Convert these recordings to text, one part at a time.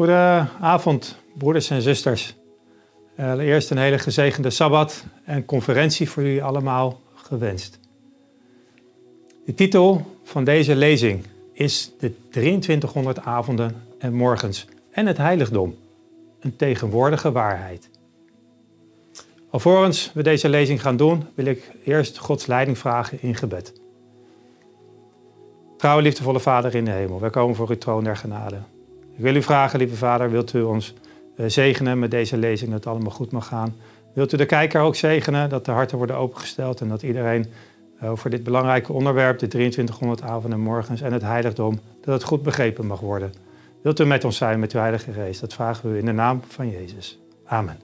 Goedenavond, broeders en zusters. Allereerst een hele gezegende Sabbat en conferentie voor jullie allemaal gewenst. De titel van deze lezing is de 2300 avonden en morgens en het heiligdom, een tegenwoordige waarheid. Alvorens we deze lezing gaan doen, wil ik eerst Gods leiding vragen in gebed. Trouwe, liefdevolle Vader in de hemel, wij komen voor uw troon der genade. Ik wil u vragen, lieve Vader, wilt u ons zegenen met deze lezing, dat het allemaal goed mag gaan. Wilt u de kijker ook zegenen, dat de harten worden opengesteld en dat iedereen over dit belangrijke onderwerp, de 2300 avonden en morgens en het heiligdom, dat het goed begrepen mag worden. Wilt u met ons zijn, met uw Heilige Geest? Dat vragen we u in de naam van Jezus. Amen.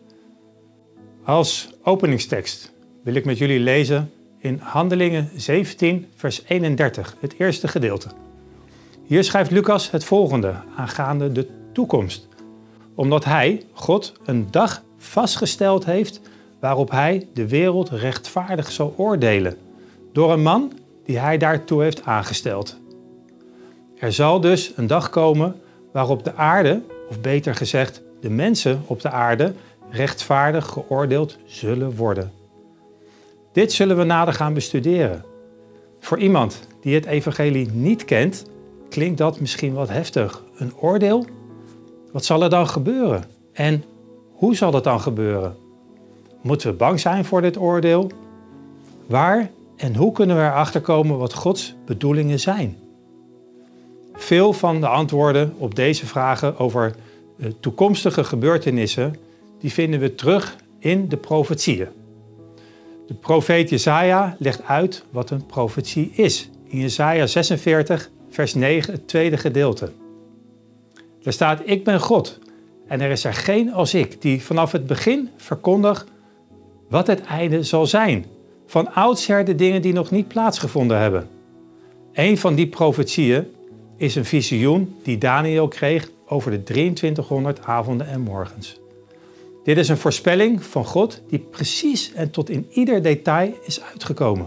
Als openingstekst wil ik met jullie lezen in Handelingen 17, vers 31, het eerste gedeelte. Hier schrijft Lucas het volgende aangaande de toekomst. Omdat hij, God, een dag vastgesteld heeft waarop hij de wereld rechtvaardig zal oordelen. Door een man die hij daartoe heeft aangesteld. Er zal dus een dag komen waarop de aarde, of beter gezegd de mensen op de aarde, rechtvaardig geoordeeld zullen worden. Dit zullen we nader gaan bestuderen. Voor iemand die het evangelie niet kent, klinkt dat misschien wat heftig. Een oordeel? Wat zal er dan gebeuren? En hoe zal het dan gebeuren? Moeten we bang zijn voor dit oordeel? Waar en hoe kunnen we erachter komen wat Gods bedoelingen zijn? Veel van de antwoorden op deze vragen over toekomstige gebeurtenissen, die vinden we terug in de profetieën. De profeet Jesaja legt uit wat een profetie is. In Jesaja 46, vers 9, het tweede gedeelte. Daar staat, ik ben God en er is er geen als ik, die vanaf het begin verkondigt wat het einde zal zijn. Van oudsher de dingen die nog niet plaatsgevonden hebben. Een van die profetieën is een visioen die Daniel kreeg over de 2300 avonden en morgens. Dit is een voorspelling van God die precies en tot in ieder detail is uitgekomen.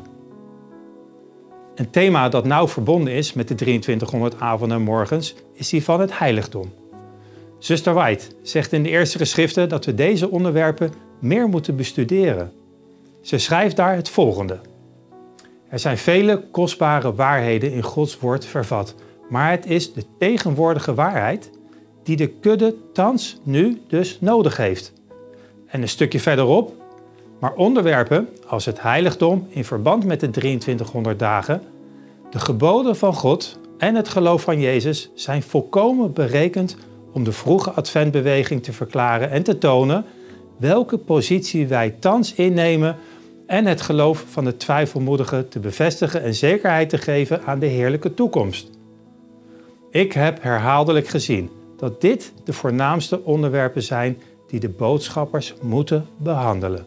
Een thema dat nauw verbonden is met de 2300 avonden en morgens is die van het heiligdom. Zuster White zegt in de eerste geschriften dat we deze onderwerpen meer moeten bestuderen. Ze schrijft daar het volgende. Er zijn vele kostbare waarheden in Gods woord vervat, maar het is de tegenwoordige waarheid die de kudde thans nu dus nodig heeft. En een stukje verderop, maar onderwerpen als het heiligdom in verband met de 2300 dagen, de geboden van God en het geloof van Jezus zijn volkomen berekend om de vroege adventbeweging te verklaren en te tonen welke positie wij thans innemen en het geloof van de twijfelmoedigen te bevestigen en zekerheid te geven aan de heerlijke toekomst. Ik heb herhaaldelijk gezien dat dit de voornaamste onderwerpen zijn die de boodschappers moeten behandelen.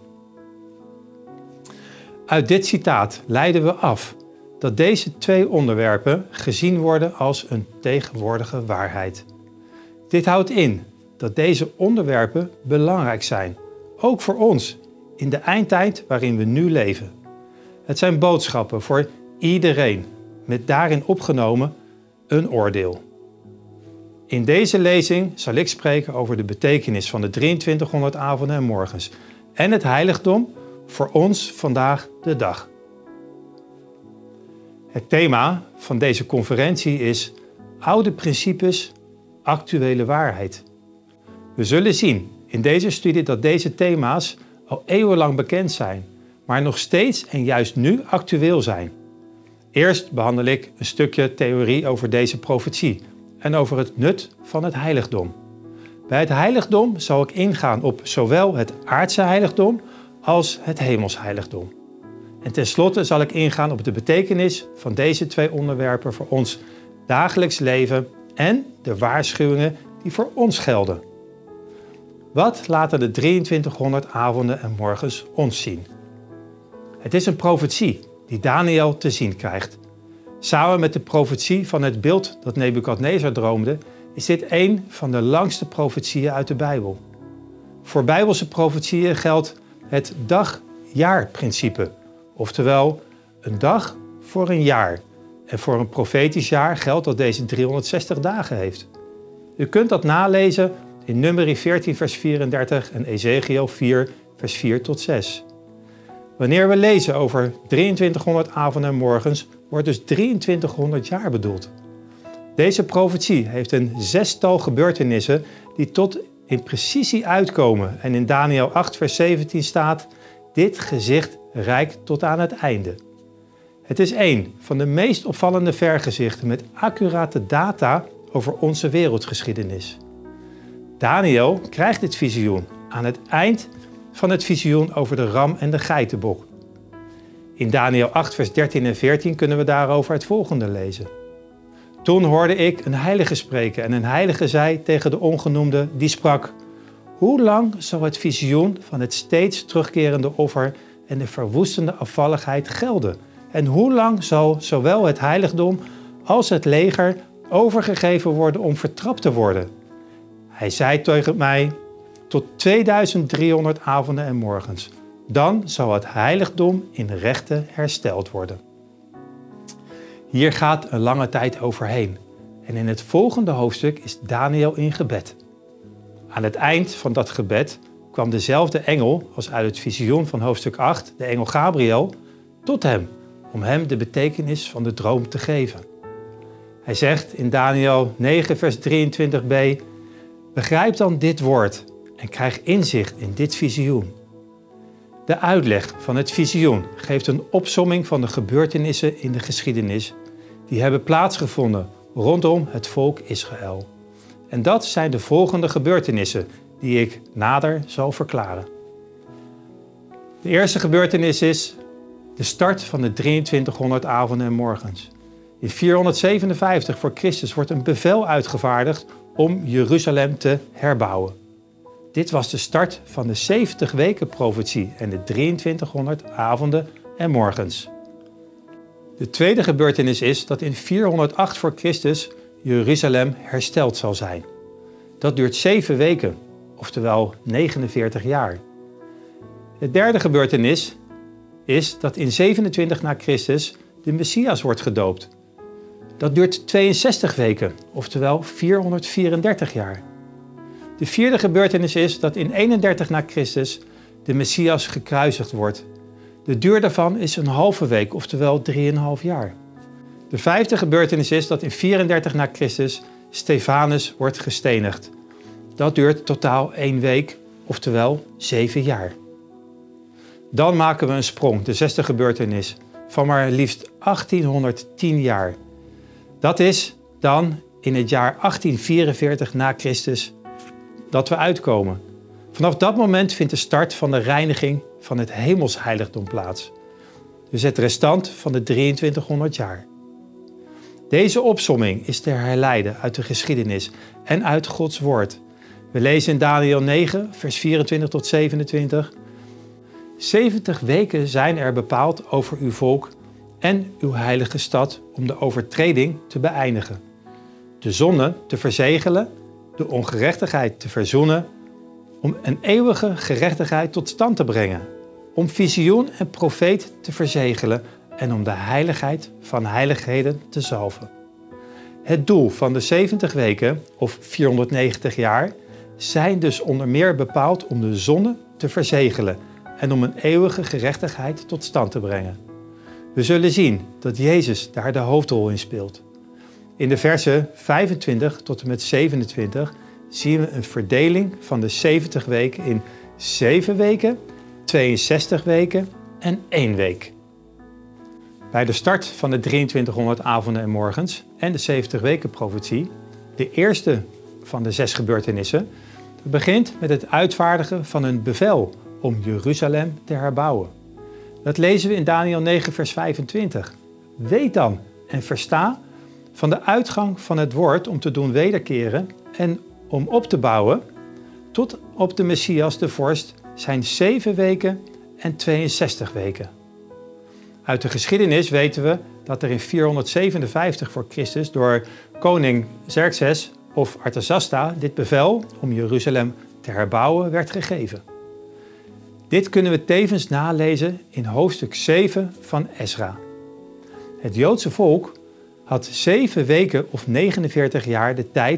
Uit dit citaat leiden we af dat deze twee onderwerpen gezien worden als een tegenwoordige waarheid. Dit houdt in dat deze onderwerpen belangrijk zijn, ook voor ons, in de eindtijd waarin we nu leven. Het zijn boodschappen voor iedereen, met daarin opgenomen een oordeel. In deze lezing zal ik spreken over de betekenis van de 2300 avonden en morgens en het heiligdom voor ons vandaag de dag. Het thema van deze conferentie is oude principes, actuele waarheid. We zullen zien in deze studie dat deze thema's al eeuwenlang bekend zijn, maar nog steeds en juist nu actueel zijn. Eerst behandel ik een stukje theorie over deze profetie en over het nut van het heiligdom. Bij het heiligdom zal ik ingaan op zowel het aardse heiligdom als het hemelsheiligdom. En tenslotte zal ik ingaan op de betekenis van deze twee onderwerpen voor ons dagelijks leven en de waarschuwingen die voor ons gelden. Wat laten de 2300 avonden en morgens ons zien? Het is een profetie die Daniel te zien krijgt. Samen met de profetie van het beeld dat Nebukadnezar droomde, is dit een van de langste profetieën uit de Bijbel. Voor Bijbelse profetieën geldt het dag-jaar-principe, oftewel een dag voor een jaar. En voor een profetisch jaar geldt dat deze 360 dagen heeft. U kunt dat nalezen in Numeri 14 vers 34 en Ezekiel 4 vers 4 tot 6. Wanneer we lezen over 2300 avonden en morgens, wordt dus 2300 jaar bedoeld. Deze profetie heeft een zestal gebeurtenissen die tot in precisie uitkomen. En in Daniel 8 vers 17 staat: dit gezicht reikt tot aan het einde. Het is een van de meest opvallende vergezichten met accurate data over onze wereldgeschiedenis. Daniel krijgt dit visioen aan het eind van het visioen over de ram en de geitenbok. In Daniel 8 vers 13 en 14 kunnen we daarover het volgende lezen. Toen hoorde ik een heilige spreken en een heilige zei tegen de ongenoemde die sprak: hoe lang zal het visioen van het steeds terugkerende offer en de verwoestende afvalligheid gelden? En hoe lang zal zowel het heiligdom als het leger overgegeven worden om vertrapt te worden? Hij zei tegen mij: tot 2300 avonden en morgens. Dan zal het heiligdom in rechten hersteld worden. Hier gaat een lange tijd overheen. En in het volgende hoofdstuk is Daniel in gebed. Aan het eind van dat gebed kwam dezelfde engel als uit het visioen van hoofdstuk 8, de engel Gabriel, tot hem om hem de betekenis van de droom te geven. Hij zegt in Daniel 9 vers 23b: begrijp dan dit woord en krijg inzicht in dit visioen. De uitleg van het visioen geeft een opsomming van de gebeurtenissen in de geschiedenis die hebben plaatsgevonden rondom het volk Israël. En dat zijn de volgende gebeurtenissen die ik nader zal verklaren. De eerste gebeurtenis is de start van de 2300 avonden en morgens. In 457 voor Christus wordt een bevel uitgevaardigd om Jeruzalem te herbouwen. Dit was de start van de 70 weken profetie en de 2300 avonden en morgens. De tweede gebeurtenis is dat in 408 voor Christus Jeruzalem hersteld zal zijn. Dat duurt 7 weken, oftewel 49 jaar. De derde gebeurtenis is dat in 27 na Christus de Messias wordt gedoopt. Dat duurt 62 weken, oftewel 434 jaar. De vierde gebeurtenis is dat in 31 na Christus de Messias gekruisigd wordt. De duur daarvan is een halve week, oftewel 3,5 jaar. De vijfde gebeurtenis is dat in 34 na Christus Stefanus wordt gestenigd. Dat duurt totaal 1 week, oftewel 7 jaar. Dan maken we een sprong, de zesde gebeurtenis, van maar liefst 1810 jaar. Dat is dan in het jaar 1844 na Christus dat we uitkomen. Vanaf dat moment vindt de start van de reiniging van het hemelsheiligdom plaats. Dus het restant van de 2300 jaar. Deze opsomming is te herleiden uit de geschiedenis en uit Gods woord. We lezen in Daniel 9, vers 24 tot 27. 70 weken zijn er bepaald over uw volk en uw heilige stad om de overtreding te beëindigen. De zonde te verzegelen, de ongerechtigheid te verzoenen, om een eeuwige gerechtigheid tot stand te brengen, om visioen en profeet te verzegelen en om de heiligheid van heiligheden te zalven. Het doel van de 70 weken, of 490 jaar, zijn dus onder meer bepaald om de zonde te verzegelen en om een eeuwige gerechtigheid tot stand te brengen. We zullen zien dat Jezus daar de hoofdrol in speelt. In de versen 25 tot en met 27 zien we een verdeling van de 70 weken in 7 weken, 62 weken en 1 week. Bij de start van de 2300 avonden en morgens en de 70 weken profetie, de eerste van de 6 gebeurtenissen, begint met het uitvaardigen van een bevel om Jeruzalem te herbouwen. Dat lezen we in Daniel 9 vers 25. Weet dan en versta van de uitgang van het woord om te doen wederkeren en om op te bouwen tot op de Messias de vorst zijn 7 weken en 62 weken. Uit de geschiedenis weten we dat er in 457 voor Christus door koning Xerxes of Artasasta dit bevel om Jeruzalem te herbouwen werd gegeven. Dit kunnen we tevens nalezen in hoofdstuk 7 van Esra. Het Joodse volk had 7 weken of 49 jaar de tijd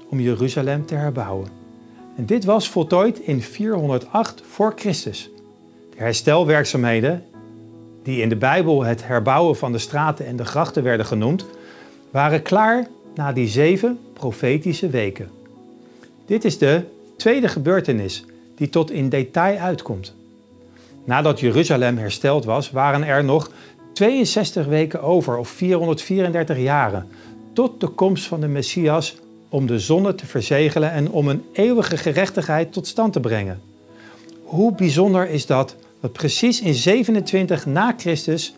om Jeruzalem te herbouwen. En dit was voltooid in 408 voor Christus. De herstelwerkzaamheden, die in de Bijbel het herbouwen van de straten en de grachten werden genoemd, waren klaar na die 7 profetische weken. Dit is de tweede gebeurtenis die tot in detail uitkomt. Nadat Jeruzalem hersteld was, waren er nog 62 weken over, of 434 jaren, tot de komst van de Messias om de zonde te verzegelen en om een eeuwige gerechtigheid tot stand te brengen. Hoe bijzonder is dat precies in 27 na Christus,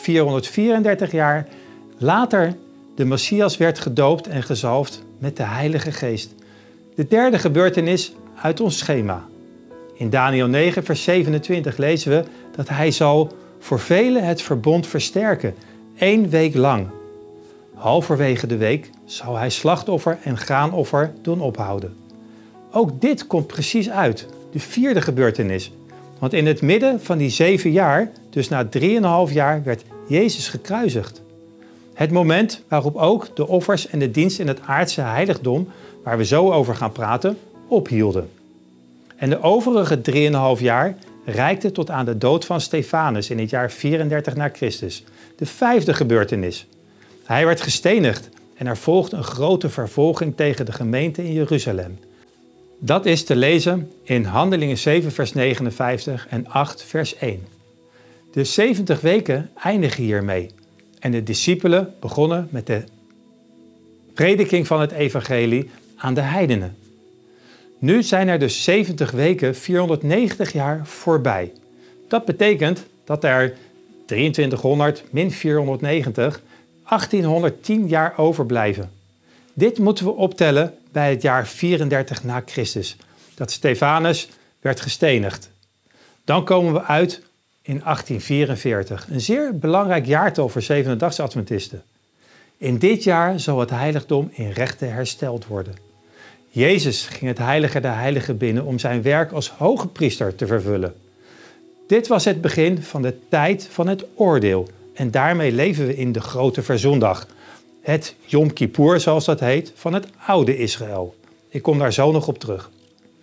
434 jaar later, de Messias werd gedoopt en gezalfd met de Heilige Geest. De derde gebeurtenis uit ons schema. In Daniël 9 vers 27 lezen we dat hij zal voor velen het verbond versterken, 1 week lang. Halverwege de week zal hij slachtoffer en graanoffer doen ophouden. Ook dit komt precies uit, de vierde gebeurtenis. Want in het midden van die 7 jaar, dus na 3,5 jaar, werd Jezus gekruisigd. Het moment waarop ook de offers en de dienst in het aardse heiligdom, waar we zo over gaan praten, ophielden. En de overige 3,5 jaar reikte tot aan de dood van Stefanus in het jaar 34 na Christus. De vijfde gebeurtenis. Hij werd gestenigd en er volgde een grote vervolging tegen de gemeente in Jeruzalem. Dat is te lezen in Handelingen 7 vers 59 en 8 vers 1. De 70 weken eindigen hiermee en de discipelen begonnen met de prediking van het evangelie aan de heidenen. Nu zijn er dus 70 weken, 490 jaar voorbij. Dat betekent dat er 2300 min 490, 1810 jaar overblijven. Dit moeten we optellen bij het jaar 34 na Christus, dat Stefanus werd gestenigd. Dan komen we uit in 1844, een zeer belangrijk jaartal voor Zevendedagse Adventisten. In dit jaar zal het heiligdom in rechte hersteld worden. Jezus ging het heilige der heiligen binnen om zijn werk als hoge priester te vervullen. Dit was het begin van de tijd van het oordeel en daarmee leven we in de grote verzoendag. Het Yom Kippur, zoals dat heet, van het oude Israël. Ik kom daar zo nog op terug.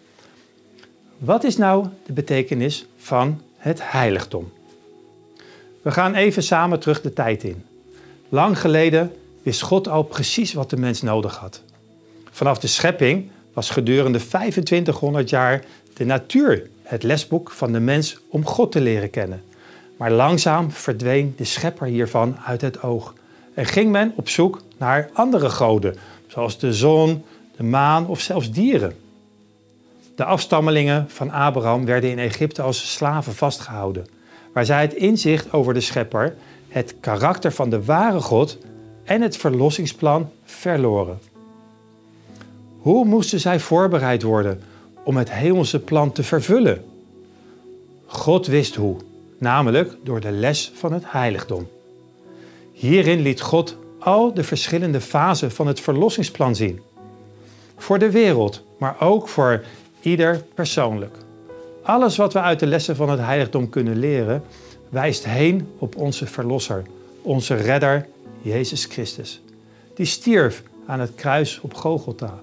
Wat is nou de betekenis van het heiligdom? We gaan even samen terug de tijd in. Lang geleden wist God al precies wat de mens nodig had. Vanaf de schepping was gedurende 2500 jaar de natuur het lesboek van de mens om God te leren kennen. Maar langzaam verdween de schepper hiervan uit het oog. En ging men op zoek naar andere goden, zoals de zon, de maan of zelfs dieren. De afstammelingen van Abraham werden in Egypte als slaven vastgehouden, waar zij het inzicht over de schepper, het karakter van de ware God en het verlossingsplan verloren. Hoe moesten zij voorbereid worden om het hemelse plan te vervullen? God wist hoe, namelijk door de les van het heiligdom. Hierin liet God al de verschillende fasen van het verlossingsplan zien. Voor de wereld, maar ook voor ieder persoonlijk. Alles wat we uit de lessen van het heiligdom kunnen leren, wijst heen op onze Verlosser, onze Redder, Jezus Christus. Die stierf aan het kruis op Golgotha.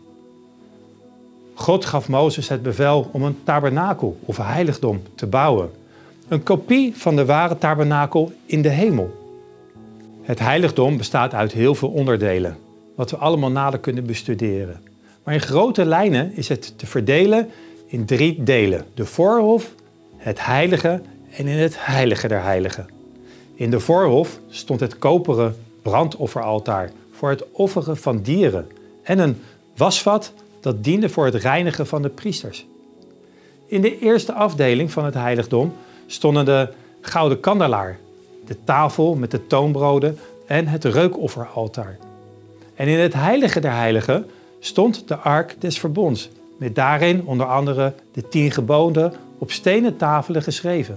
God gaf Mozes het bevel om een tabernakel of heiligdom te bouwen. Een kopie van de ware tabernakel in de hemel. Het heiligdom bestaat uit heel veel onderdelen, wat we allemaal nader kunnen bestuderen. Maar in grote lijnen is het te verdelen in 3 delen. De voorhof, het heilige en in het heilige der heiligen. In de voorhof stond het koperen brandofferaltaar voor het offeren van dieren en een wasvat dat diende voor het reinigen van de priesters. In de eerste afdeling van het heiligdom stonden de gouden kandelaar, de tafel met de toonbroden en het reukofferaltaar. En in het heilige der heiligen stond de ark des verbonds, met daarin onder andere de 10 geboden op stenen tafelen geschreven.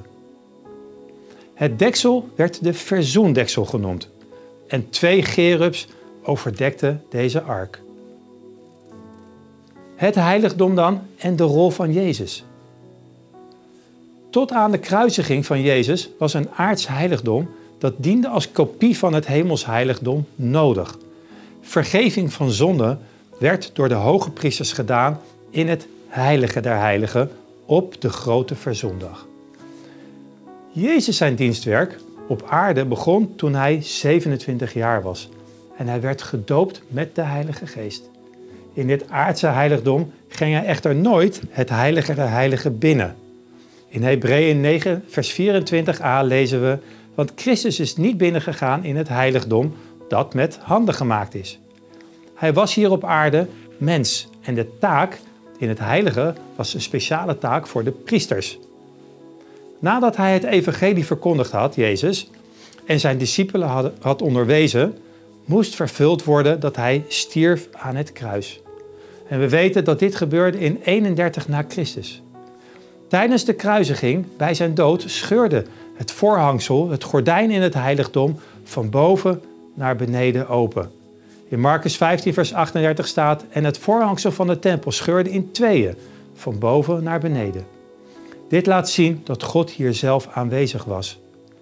Het deksel werd de verzoendeksel genoemd en 2 cherubs overdekten deze ark. Het heiligdom dan en de rol van Jezus. Tot aan de kruisiging van Jezus was een aards heiligdom dat diende als kopie van het hemels heiligdom nodig. Vergeving van zonde werd door de hoge priesters gedaan in het heilige der heiligen op de grote verzondag. Jezus zijn dienstwerk op aarde begon toen hij 27 jaar was en hij werd gedoopt met de Heilige Geest. In dit aardse heiligdom ging hij echter nooit het heilige der heiligen binnen. In Hebreeën 9 vers 24a lezen we: want Christus is niet binnengegaan in het heiligdom dat met handen gemaakt is. Hij was hier op aarde mens en de taak in het heilige was een speciale taak voor de priesters. Nadat hij het evangelie verkondigd had, Jezus, en zijn discipelen had onderwezen, moest vervuld worden dat hij stierf aan het kruis. En we weten dat dit gebeurde in 31 na Christus. Tijdens de kruisiging, bij zijn dood, scheurde het voorhangsel, het gordijn in het heiligdom, van boven naar beneden open. In Marcus 15 vers 38 staat: en het voorhangsel van de tempel scheurde in tweeën, van boven naar beneden. Dit laat zien dat God hier zelf aanwezig was.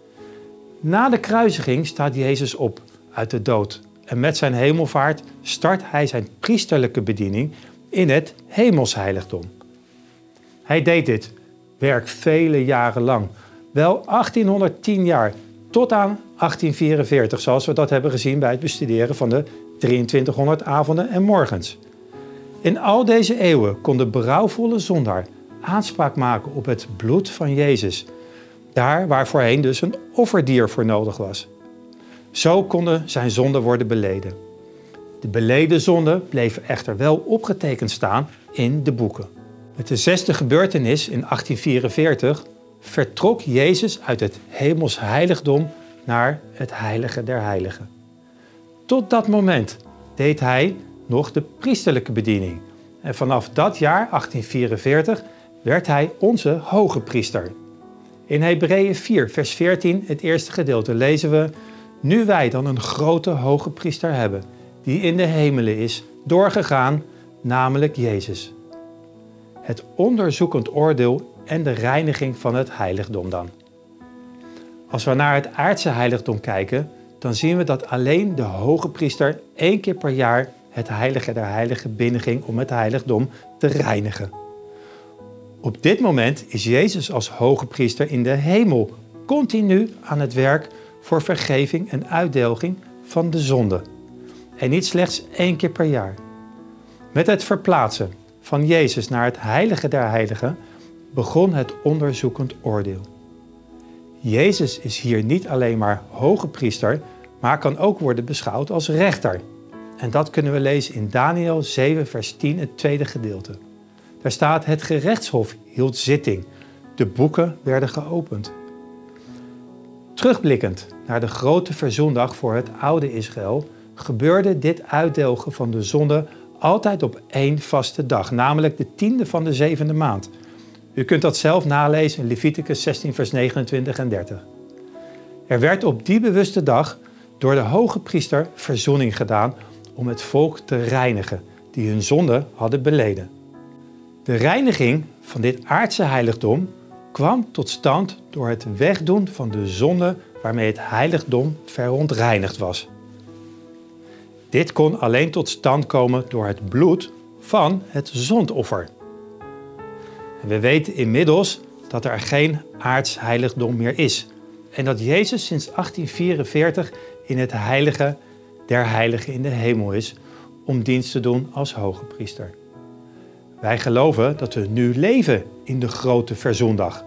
Na de kruisiging staat Jezus op uit de dood en met zijn hemelvaart start hij zijn priesterlijke bediening in het hemelsheiligdom. Hij deed dit werk vele jaren lang, wel 1810 jaar, tot aan 1844, zoals we dat hebben gezien bij het bestuderen van de 2300 avonden en morgens. In al deze eeuwen kon de berouwvolle zondaar aanspraak maken op het bloed van Jezus, daar waar voorheen dus een offerdier voor nodig was. Zo konden zijn zonden worden beleden. De beleden zonden bleven echter wel opgetekend staan in de boeken. Met de zesde gebeurtenis in 1844 vertrok Jezus uit het hemels heiligdom naar het heilige der heiligen. Tot dat moment deed hij nog de priesterlijke bediening. En vanaf dat jaar, 1844, werd hij onze hoge priester. In Hebreeën 4, vers 14, het eerste gedeelte, lezen we: nu wij dan een grote hoge priester hebben, die in de hemelen is, doorgegaan, namelijk Jezus. Het onderzoekend oordeel en de reiniging van het heiligdom dan. Als we naar het aardse heiligdom kijken, dan zien we dat alleen de hoge priester 1 keer per jaar het heilige der heiligen binnenging om het heiligdom te reinigen. Op dit moment is Jezus als hoge priester in de hemel continu aan het werk voor vergeving en uitdelging van de zonde. En niet slechts 1 keer per jaar. Met het verplaatsen van Jezus naar het heilige der heiligen begon het onderzoekend oordeel. Jezus is hier niet alleen maar hoge priester, maar kan ook worden beschouwd als rechter. En dat kunnen we lezen in Daniël 7 vers 10, het tweede gedeelte. Daar staat: het gerechtshof hield zitting, de boeken werden geopend. Terugblikkend naar de grote verzondag voor het oude Israël gebeurde dit uitdelgen van de zonde altijd op 1 vaste dag, namelijk de 10e van de 7e maand. U kunt dat zelf nalezen in Leviticus 16 vers 29 en 30. Er werd op die bewuste dag door de hoge priester verzoening gedaan om het volk te reinigen die hun zonde hadden beleden. De reiniging van dit aardse heiligdom kwam tot stand door het wegdoen van de zonde waarmee het heiligdom verontreinigd was. Dit kon alleen tot stand komen door het bloed van het zondoffer. En we weten inmiddels dat er geen aards heiligdom meer is en dat Jezus sinds 1844 in het heilige der heiligen in de hemel is om dienst te doen als hoge priester. Wij geloven dat we nu leven in de grote verzondag.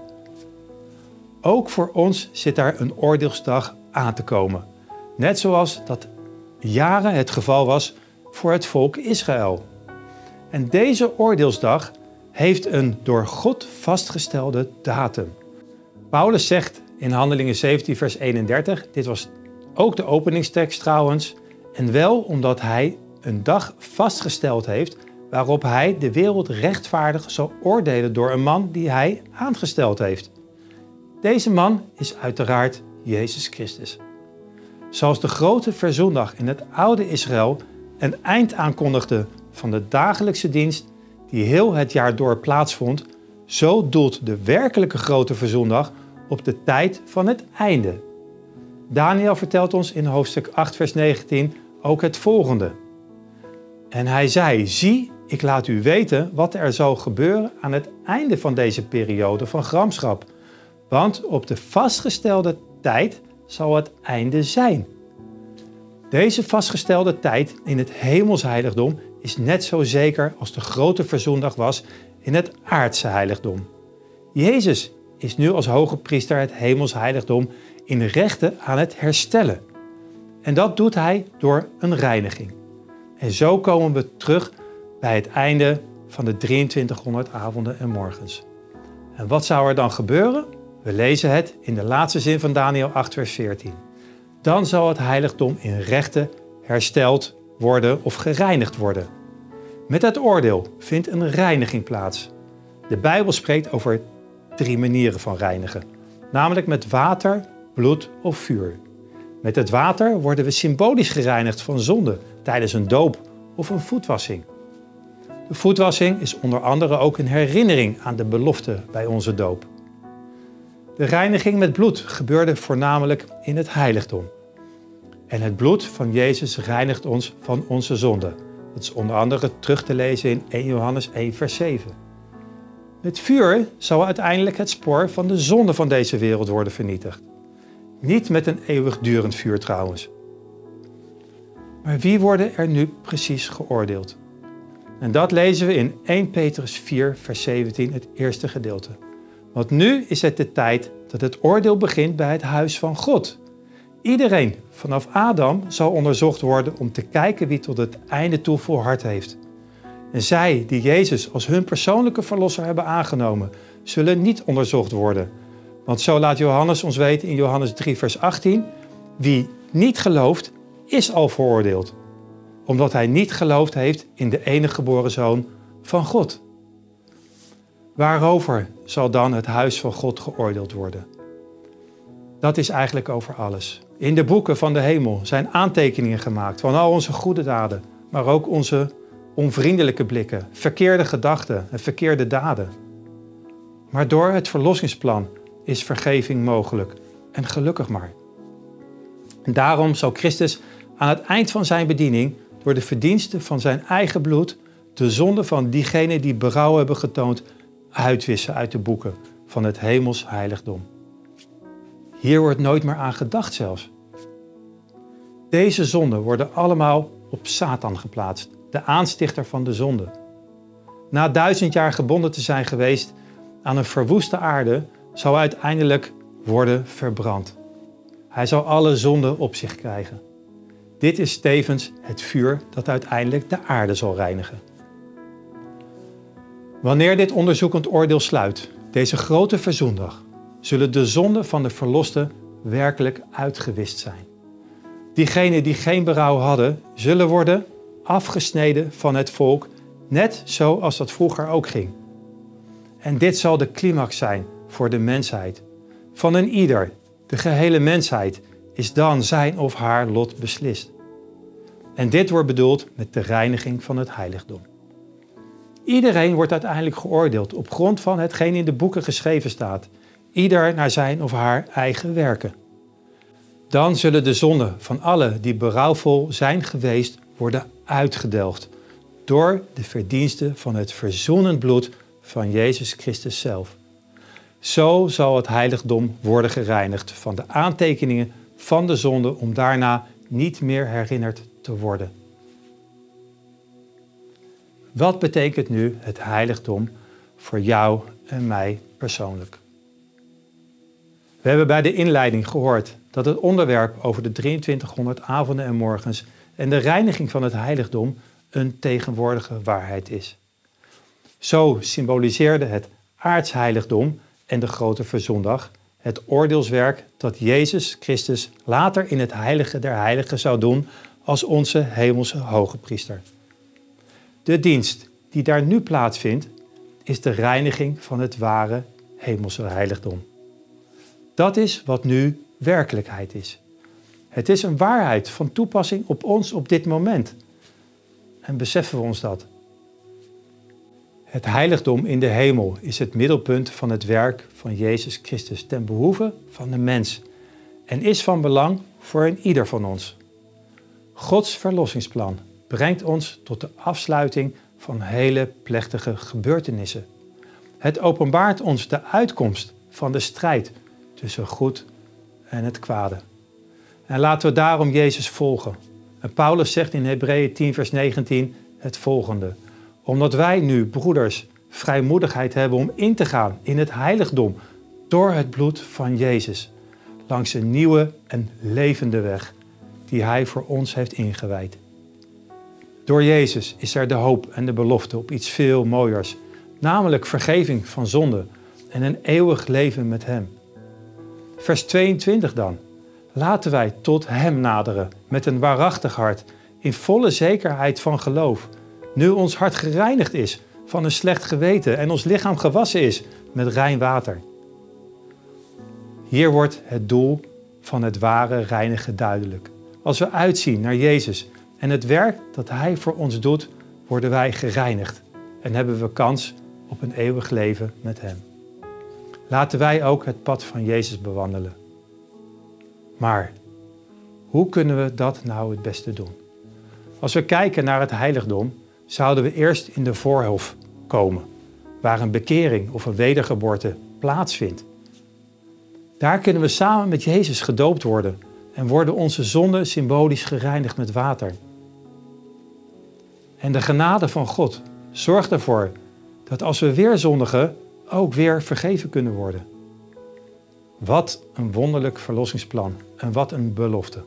Ook voor ons zit daar een oordeelsdag aan te komen. Net zoals dat jaren het geval was voor het volk Israël. En deze oordeelsdag heeft een door God vastgestelde datum. Paulus zegt in Handelingen 17 vers 31, dit was ook de openingstekst trouwens, en wel omdat hij een dag vastgesteld heeft waarop hij de wereld rechtvaardig zal oordelen door een man die hij aangesteld heeft. Deze man is uiteraard Jezus Christus. Zoals de grote verzondag in het oude Israël een eind aankondigde van de dagelijkse dienst die heel het jaar door plaatsvond, zo doelt de werkelijke grote verzondag op de tijd van het einde. Daniël vertelt ons in hoofdstuk 8 vers 19 ook het volgende. En hij zei, zie, ik laat u weten wat er zal gebeuren aan het einde van deze periode van gramschap. Want op de vastgestelde tijd zal het einde zijn. Deze vastgestelde tijd in het hemelsheiligdom is net zo zeker als de grote verzoendag was in het aardse heiligdom. Jezus is nu als hoge priester het hemelsheiligdom in rechte aan het herstellen. En dat doet hij door een reiniging. En zo komen we terug bij het einde van de 2300 avonden en morgens. En wat zou er dan gebeuren? We lezen het in de laatste zin van Daniel 8 vers 14. Dan zal het heiligdom in rechte hersteld worden of gereinigd worden. Met het oordeel vindt een reiniging plaats. De Bijbel spreekt over 3 manieren van reinigen. Namelijk met water, bloed of vuur. Met het water worden we symbolisch gereinigd van zonde tijdens een doop of een voetwassing. De voetwassing is onder andere ook een herinnering aan de belofte bij onze doop. De reiniging met bloed gebeurde voornamelijk in het heiligdom. En het bloed van Jezus reinigt ons van onze zonde. Dat is onder andere terug te lezen in 1 Johannes 1 vers 7. Met vuur zal uiteindelijk het spoor van de zonde van deze wereld worden vernietigd. Niet met een eeuwigdurend vuur trouwens. Maar wie worden er nu precies geoordeeld? En dat lezen we in 1 Petrus 4 vers 17, het eerste gedeelte. Want nu is het de tijd dat het oordeel begint bij het huis van God. Iedereen vanaf Adam zal onderzocht worden om te kijken wie tot het einde toe volhard heeft. En zij die Jezus als hun persoonlijke verlosser hebben aangenomen, zullen niet onderzocht worden. Want zo laat Johannes ons weten in Johannes 3 vers 18, wie niet gelooft is al veroordeeld, omdat hij niet geloofd heeft in de enige geboren Zoon van God. Waarover zal dan het huis van God geoordeeld worden? Dat is eigenlijk over alles. In de boeken van de hemel zijn aantekeningen gemaakt van al onze goede daden, maar ook onze onvriendelijke blikken, verkeerde gedachten en verkeerde daden. Maar door het verlossingsplan is vergeving mogelijk en gelukkig maar. En daarom zal Christus aan het eind van zijn bediening door de verdiensten van zijn eigen bloed de zonde van diegenen die berouw hebben getoond uitwissen uit de boeken van het hemels heiligdom. Hier wordt nooit meer aan gedacht zelfs. Deze zonden worden allemaal op Satan geplaatst, de aanstichter van de zonde. Na 1000 jaar gebonden te zijn geweest aan een verwoeste aarde, zal hij uiteindelijk worden verbrand. Hij zal alle zonden op zich krijgen. Dit is tevens het vuur dat uiteindelijk de aarde zal reinigen. Wanneer dit onderzoekend oordeel sluit, deze grote verzoendag, zullen de zonden van de verlosten werkelijk uitgewist zijn. Diegenen die geen berouw hadden, zullen worden afgesneden van het volk, net zoals dat vroeger ook ging. En dit zal de climax zijn voor de mensheid. Van een ieder, de gehele mensheid, is dan zijn of haar lot beslist. En dit wordt bedoeld met de reiniging van het heiligdom. Iedereen wordt uiteindelijk geoordeeld op grond van hetgeen in de boeken geschreven staat. Ieder naar zijn of haar eigen werken. Dan zullen de zonden van allen die berouwvol zijn geweest worden uitgedelgd door de verdiensten van het verzoenend bloed van Jezus Christus zelf. Zo zal het heiligdom worden gereinigd van de aantekeningen van de zonde om daarna niet meer herinnerd te worden. Wat betekent nu het heiligdom voor jou en mij persoonlijk? We hebben bij de inleiding gehoord dat het onderwerp over de 2300 avonden en morgens en de reiniging van het heiligdom een tegenwoordige waarheid is. Zo symboliseerde het aardsheiligdom en de grote verzoendag het oordeelswerk dat Jezus Christus later in het heilige der heiligen zou doen als onze hemelse hoge priester. De dienst die daar nu plaatsvindt is de reiniging van het ware hemelse heiligdom. Dat is wat nu werkelijkheid is. Het is een waarheid van toepassing op ons op dit moment. En beseffen we ons dat? Het heiligdom in de hemel is het middelpunt van het werk van Jezus Christus ten behoeve van de mens en is van belang voor een ieder van ons. Gods verlossingsplan brengt ons tot de afsluiting van hele plechtige gebeurtenissen. Het openbaart ons de uitkomst van de strijd tussen goed en het kwade. En laten we daarom Jezus volgen. En Paulus zegt in Hebreeën 10 vers 19 het volgende. Omdat wij nu, broeders, vrijmoedigheid hebben om in te gaan in het heiligdom door het bloed van Jezus, langs een nieuwe en levende weg die Hij voor ons heeft ingewijd. Door Jezus is er de hoop en de belofte op iets veel mooiers, namelijk vergeving van zonde en een eeuwig leven met Hem. Vers 22 dan. Laten wij tot Hem naderen met een waarachtig hart, in volle zekerheid van geloof, nu ons hart gereinigd is van een slecht geweten en ons lichaam gewassen is met rein water. Hier wordt het doel van het ware reinigen duidelijk. Als we uitzien naar Jezus en het werk dat Hij voor ons doet, worden wij gereinigd en hebben we kans op een eeuwig leven met Hem. Laten wij ook het pad van Jezus bewandelen. Maar hoe kunnen we dat nou het beste doen? Als we kijken naar het heiligdom, zouden we eerst in de voorhof komen, waar een bekering of een wedergeboorte plaatsvindt. Daar kunnen we samen met Jezus gedoopt worden en worden onze zonden symbolisch gereinigd met water. En de genade van God zorgt ervoor dat als we weer zondigen, ook weer vergeven kunnen worden. Wat een wonderlijk verlossingsplan en wat een belofte.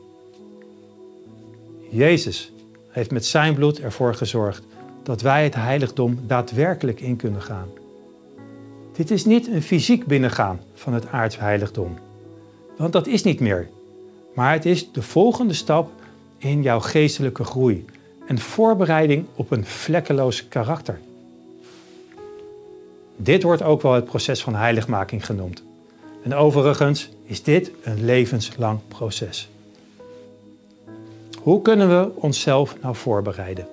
Jezus heeft met zijn bloed ervoor gezorgd dat wij het heiligdom daadwerkelijk in kunnen gaan. Dit is niet een fysiek binnengaan van het aardse heiligdom, want dat is niet meer. Maar het is de volgende stap in jouw geestelijke groei en voorbereiding op een vlekkeloos karakter. Dit wordt ook wel het proces van heiligmaking genoemd. En overigens is dit een levenslang proces. Hoe kunnen we onszelf nou voorbereiden?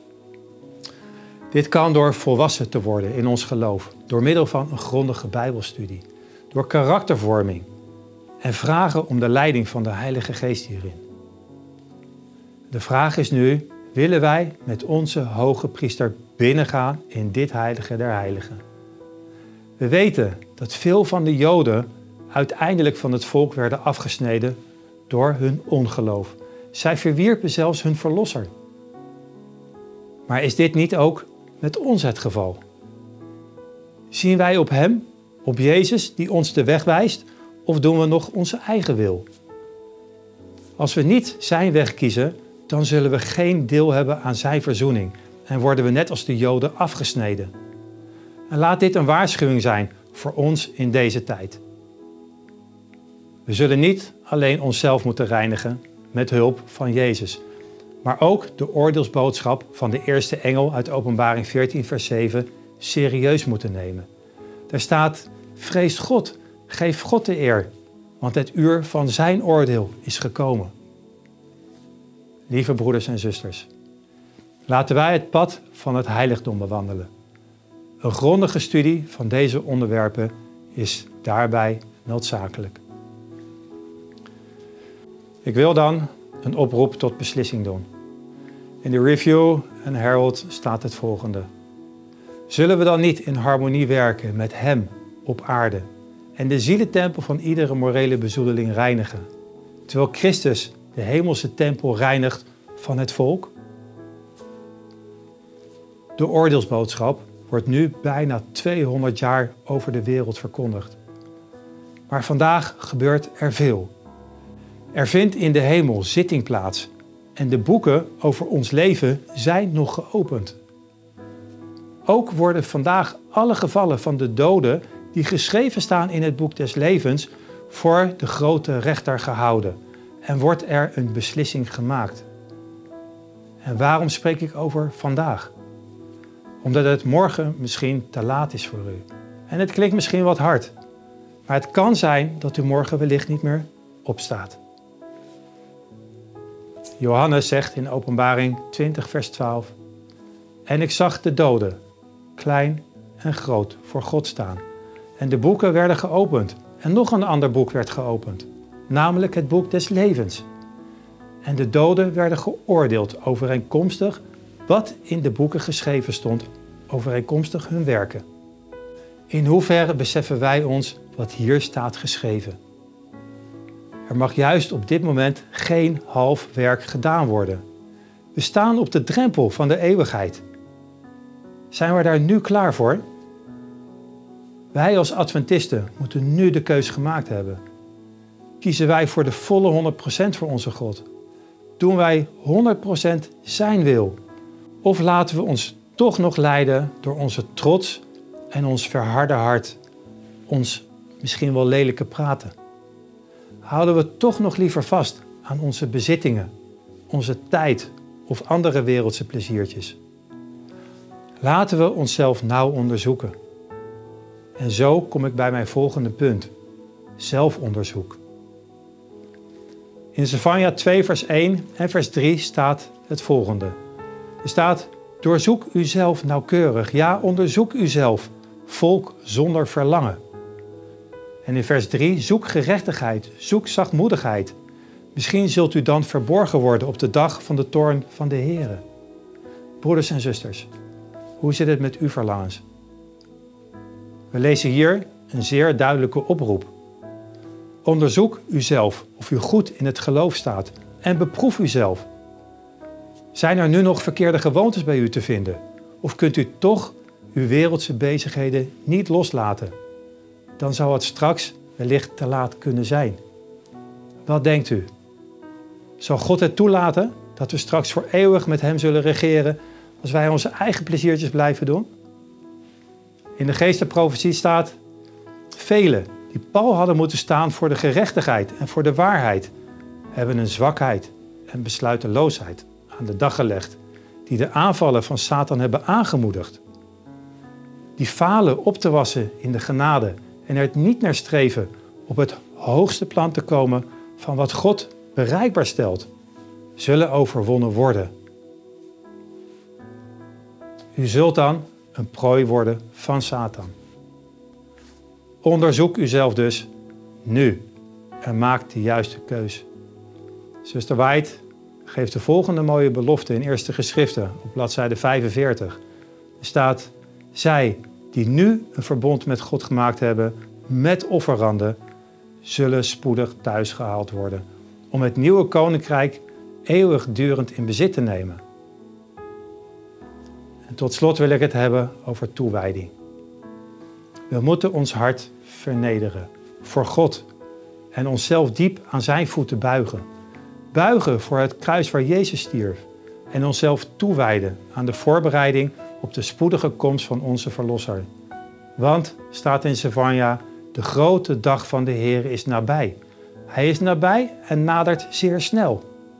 Dit kan door volwassen te worden in ons geloof, door middel van een grondige Bijbelstudie, door karaktervorming en vragen om de leiding van de Heilige Geest hierin. De vraag is nu, willen wij met onze hoge priester binnengaan in dit heilige der heiligen? We weten dat veel van de Joden uiteindelijk van het volk werden afgesneden door hun ongeloof. Zij verwierpen zelfs hun verlosser. Maar is dit niet ook met ons het geval? Zien wij op Hem, op Jezus, die ons de weg wijst, of doen we nog onze eigen wil? Als we niet zijn weg kiezen, dan zullen we geen deel hebben aan zijn verzoening en worden we net als de Joden afgesneden. En laat dit een waarschuwing zijn voor ons in deze tijd. We zullen niet alleen onszelf moeten reinigen met hulp van Jezus, maar ook de oordeelsboodschap van de eerste engel uit Openbaring 14 vers 7 serieus moeten nemen. Daar staat, vrees God, geef God de eer, want het uur van zijn oordeel is gekomen. Lieve broeders en zusters, laten wij het pad van het heiligdom bewandelen. Een grondige studie van deze onderwerpen is daarbij noodzakelijk. Ik wil dan een oproep tot beslissing doen. In de Review en Herald staat het volgende. Zullen we dan niet in harmonie werken met Hem op aarde en de zielentempel van iedere morele bezoedeling reinigen, terwijl Christus de hemelse tempel reinigt van het volk? De oordeelsboodschap wordt nu bijna 200 jaar over de wereld verkondigd. Maar vandaag gebeurt er veel. Er vindt in de hemel zitting plaats en de boeken over ons leven zijn nog geopend. Ook worden vandaag alle gevallen van de doden die geschreven staan in het boek des levens voor de grote rechter gehouden en wordt er een beslissing gemaakt. En waarom spreek ik over vandaag? Omdat het morgen misschien te laat is voor u. En het klinkt misschien wat hard, maar het kan zijn dat u morgen wellicht niet meer opstaat. Johannes zegt in Openbaring 20 vers 12. En ik zag de doden, klein en groot, voor God staan. En de boeken werden geopend. En nog een ander boek werd geopend, namelijk het boek des levens. en de doden werden geoordeeld overeenkomstig wat in de boeken geschreven stond, overeenkomstig hun werken. In hoeverre beseffen wij ons wat hier staat geschreven? Er mag juist op dit moment geen half werk gedaan worden. We staan op de drempel van de eeuwigheid. Zijn we daar nu klaar voor? Wij als Adventisten moeten nu de keus gemaakt hebben. Kiezen wij voor de volle 100% voor onze God? Doen wij 100% zijn wil? Of laten we ons toch nog leiden door onze trots en ons verharde hart, ons misschien wel lelijke praten? Houden we toch nog liever vast aan onze bezittingen, onze tijd of andere wereldse pleziertjes? Laten we onszelf nauw onderzoeken. En zo kom ik bij mijn volgende punt: zelfonderzoek. In Zefanja 2 vers 1 en vers 3 staat het volgende. Er staat: doorzoek uzelf nauwkeurig, ja, onderzoek uzelf, volk zonder verlangen. En in vers 3, zoek gerechtigheid, zoek zachtmoedigheid. Misschien zult u dan verborgen worden op de dag van de toorn van de Heere. Broeders en zusters, hoe zit het met uw verlangens? We lezen hier een zeer duidelijke oproep. Onderzoek uzelf of u goed in het geloof staat en beproef uzelf. Zijn er nu nog verkeerde gewoontes bij u te vinden? Of kunt u toch uw wereldse bezigheden niet loslaten? Dan zou het straks wellicht te laat kunnen zijn. Wat denkt u? Zal God het toelaten dat we straks voor eeuwig met hem zullen regeren als wij onze eigen pleziertjes blijven doen? In de geestenprofetie staat: velen die pal hadden moeten staan voor de gerechtigheid en voor de waarheid, hebben een zwakheid en besluiteloosheid aan de dag gelegd, die de aanvallen van Satan hebben aangemoedigd. Die falen op te wassen in de genade en er niet naar streven op het hoogste plan te komen van wat God bereikbaar stelt, zullen overwonnen worden. U zult dan een prooi worden van Satan. Onderzoek uzelf dus nu en maak de juiste keus. Zuster White geeft de volgende mooie belofte in Eerste Geschriften op bladzijde 45. Er staat: zij die nu een verbond met God gemaakt hebben met offeranden, zullen spoedig thuisgehaald worden om het nieuwe koninkrijk eeuwigdurend in bezit te nemen. En tot slot wil ik het hebben over toewijding. We moeten ons hart vernederen voor God en onszelf diep aan zijn voeten buigen. Buigen voor het kruis waar Jezus stierf en onszelf toewijden aan de voorbereiding op de spoedige komst van onze Verlosser. Want, staat in Zefanja, de grote dag van de Heer is nabij. Hij is nabij en nadert zeer snel.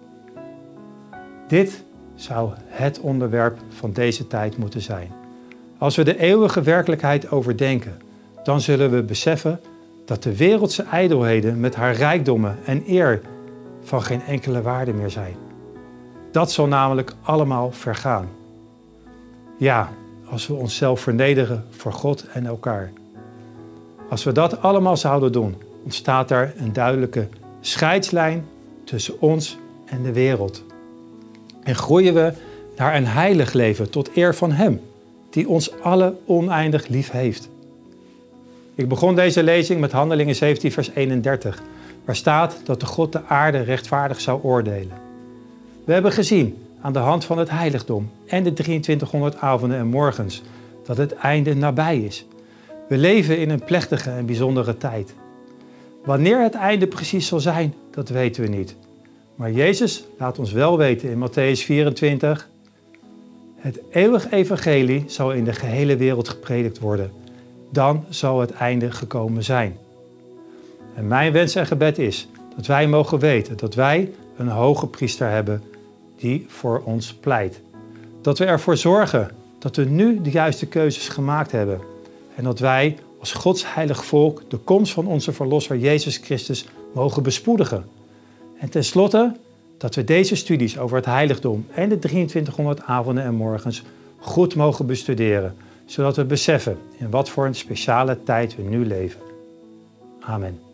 Dit zou het onderwerp van deze tijd moeten zijn. Als we de eeuwige werkelijkheid overdenken, dan zullen we beseffen dat de wereldse ijdelheden met haar rijkdommen en eer van geen enkele waarde meer zijn. Dat zal namelijk allemaal vergaan. Ja, als we onszelf vernederen voor God en elkaar. Als we dat allemaal zouden doen, ontstaat er een duidelijke scheidslijn tussen ons en de wereld. En groeien we naar een heilig leven tot eer van Hem, die ons alle oneindig lief heeft. Ik begon deze lezing met Handelingen 17 vers 31, waar staat dat de God de aarde rechtvaardig zou oordelen. We hebben gezien aan de hand van het heiligdom en de 2300 avonden en morgens dat het einde nabij is. We leven in een plechtige en bijzondere tijd. Wanneer het einde precies zal zijn, dat weten we niet. Maar Jezus laat ons wel weten in Mattheüs 24... het eeuwig evangelie zal in de gehele wereld gepredikt worden. Dan zal het einde gekomen zijn. En mijn wens en gebed is dat wij mogen weten dat wij een hoge priester hebben die voor ons pleit. Dat we ervoor zorgen dat we nu de juiste keuzes gemaakt hebben. En dat wij als Gods heilig volk de komst van onze Verlosser Jezus Christus mogen bespoedigen. En tenslotte dat we deze studies over het heiligdom en de 2300 avonden en morgens goed mogen bestuderen, zodat we beseffen in wat voor een speciale tijd we nu leven. Amen.